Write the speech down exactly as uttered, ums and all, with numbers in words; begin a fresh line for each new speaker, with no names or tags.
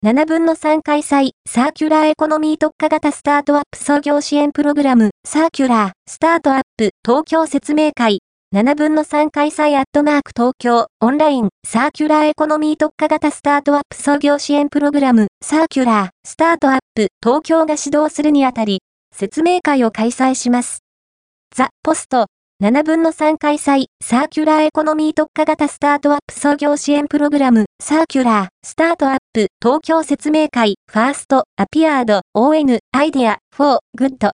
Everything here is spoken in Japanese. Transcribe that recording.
ななぶんのさん開催、サーキュラーエコノミー特化型スタートアップ創業支援プログラム、サーキュラー、スタートアップ、東京説明会、ななぶんのさん開催アットマーク東京、オンライン、サーキュラーエコノミー特化型スタートアップ創業支援プログラム、サーキュラー、スタートアップ、東京が始動するにあたり、説明会を開催します。ザ・ポスト、ななぶんのさん開催、サーキュラーエコノミー特化型スタートアップ創業支援プログラム、サーキュラー、スタートアップ、東京説明会、ファースト、アピアード、オーエヌ、アイデア、フォー、グッド。